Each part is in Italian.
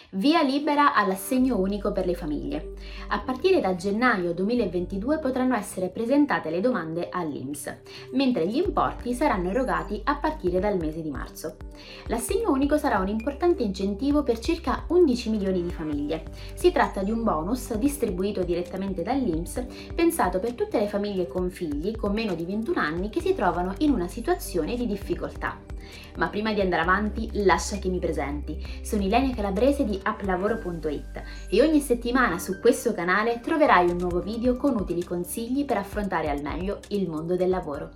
Via libera all'assegno unico per le famiglie. A partire da gennaio 2022 potranno essere presentate le domande all'INPS, mentre gli importi saranno erogati a partire dal mese di marzo. L'assegno unico sarà un importante incentivo per circa 11 milioni di famiglie. Si tratta di un bonus distribuito direttamente dall'INPS, pensato per tutte le famiglie con figli con meno di 21 anni che si trovano in una situazione di difficoltà. Ma prima di andare avanti, lascia che mi presenti. Sono Ilenia Calabrese di applavoro.it e ogni settimana su questo canale troverai un nuovo video con utili consigli per affrontare al meglio il mondo del lavoro.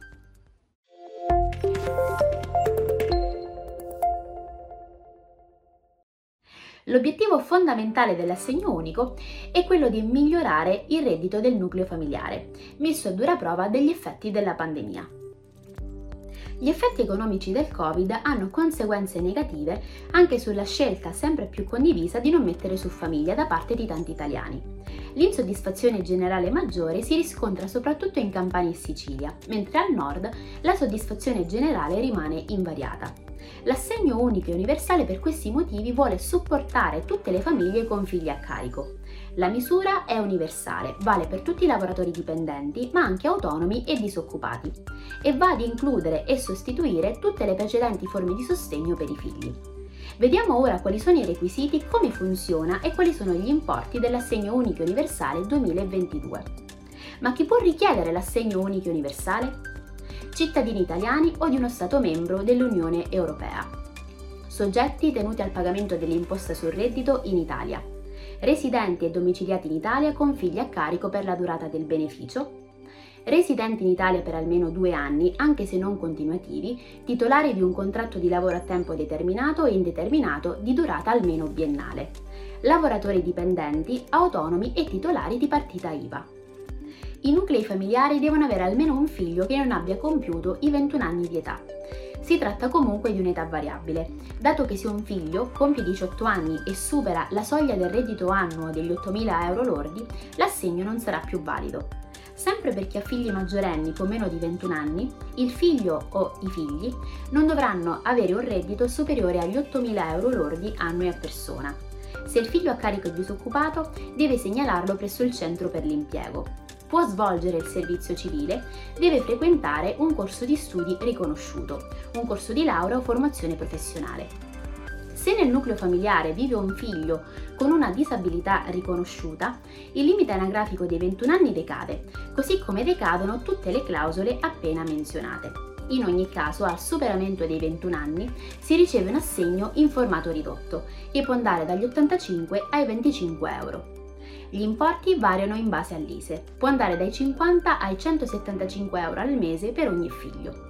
L'obiettivo fondamentale dell'assegno unico è quello di migliorare il reddito del nucleo familiare, messo a dura prova dagli effetti della pandemia. Gli effetti economici del Covid hanno conseguenze negative anche sulla scelta sempre più condivisa di non mettere su famiglia da parte di tanti italiani. L'insoddisfazione generale maggiore si riscontra soprattutto in Campania e Sicilia, mentre al nord la soddisfazione generale rimane invariata. L'assegno unico e universale per questi motivi vuole supportare tutte le famiglie con figli a carico. La misura è universale, vale per tutti i lavoratori dipendenti, ma anche autonomi e disoccupati, e va ad includere e sostituire tutte le precedenti forme di sostegno per i figli. Vediamo ora quali sono i requisiti, come funziona e quali sono gli importi dell'assegno unico universale 2022. Ma chi può richiedere l'assegno unico universale? Cittadini italiani o di uno Stato membro dell'Unione Europea. Soggetti tenuti al pagamento dell'imposta sul reddito in Italia. Residenti e domiciliati in Italia con figli a carico per la durata del beneficio. Residenti in Italia per almeno 2 anni, anche se non continuativi, titolari di un contratto di lavoro a tempo determinato e indeterminato di durata almeno biennale. Lavoratori dipendenti, autonomi e titolari di partita IVA. I nuclei familiari devono avere almeno un figlio che non abbia compiuto i 21 anni di età. Si tratta comunque di un'età variabile, dato che se un figlio compie 18 anni e supera la soglia del reddito annuo degli 8.000 euro lordi, l'assegno non sarà più valido. Sempre per chi ha figli maggiorenni con meno di 21 anni, il figlio o i figli non dovranno avere un reddito superiore agli 8.000 euro lordi annui a persona. Se il figlio a carico è disoccupato, deve segnalarlo presso il centro per l'impiego. Può svolgere il servizio civile, deve frequentare un corso di studi riconosciuto, un corso di laurea o formazione professionale. Se nel nucleo familiare vive un figlio con una disabilità riconosciuta, il limite anagrafico dei 21 anni decade, così come decadono tutte le clausole appena menzionate. In ogni caso, al superamento dei 21 anni si riceve un assegno in formato ridotto, che può andare dagli 85 ai 25 euro. Gli importi variano in base all'ISEE, può andare dai 50 ai 175 euro al mese per ogni figlio.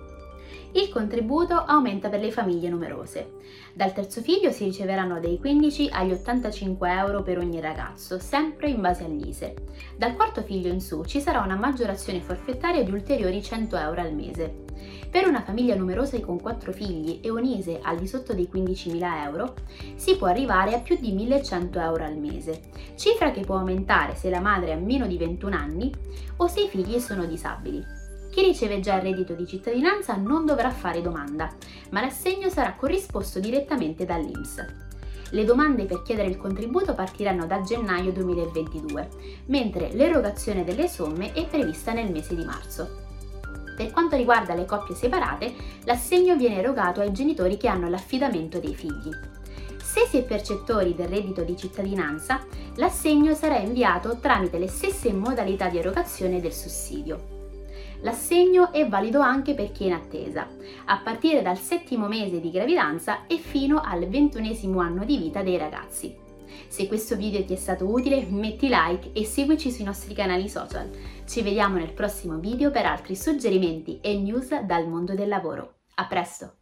Il contributo aumenta per le famiglie numerose. Dal terzo figlio si riceveranno dai 15 agli 85 euro per ogni ragazzo, sempre in base all'ISEE. Dal quarto figlio in su ci sarà una maggiorazione forfettaria di ulteriori 100 euro al mese. Per una famiglia numerosa con 4 figli e un ISEE al di sotto dei 15.000 euro si può arrivare a più di 1.100 euro al mese, cifra che può aumentare se la madre ha meno di 21 anni o se i figli sono disabili. Chi riceve già il reddito di cittadinanza non dovrà fare domanda, ma l'assegno sarà corrisposto direttamente dall'INPS. Le domande per chiedere il contributo partiranno da gennaio 2022, mentre l'erogazione delle somme è prevista nel mese di marzo. Per quanto riguarda le coppie separate, l'assegno viene erogato ai genitori che hanno l'affidamento dei figli. Se si è percettori del reddito di cittadinanza, l'assegno sarà inviato tramite le stesse modalità di erogazione del sussidio. L'assegno è valido anche per chi è in attesa, a partire dal 7° mese di gravidanza e fino al 21° anno di vita dei ragazzi. Se questo video ti è stato utile, metti like e seguici sui nostri canali social. Ci vediamo nel prossimo video per altri suggerimenti e news dal mondo del lavoro. A presto!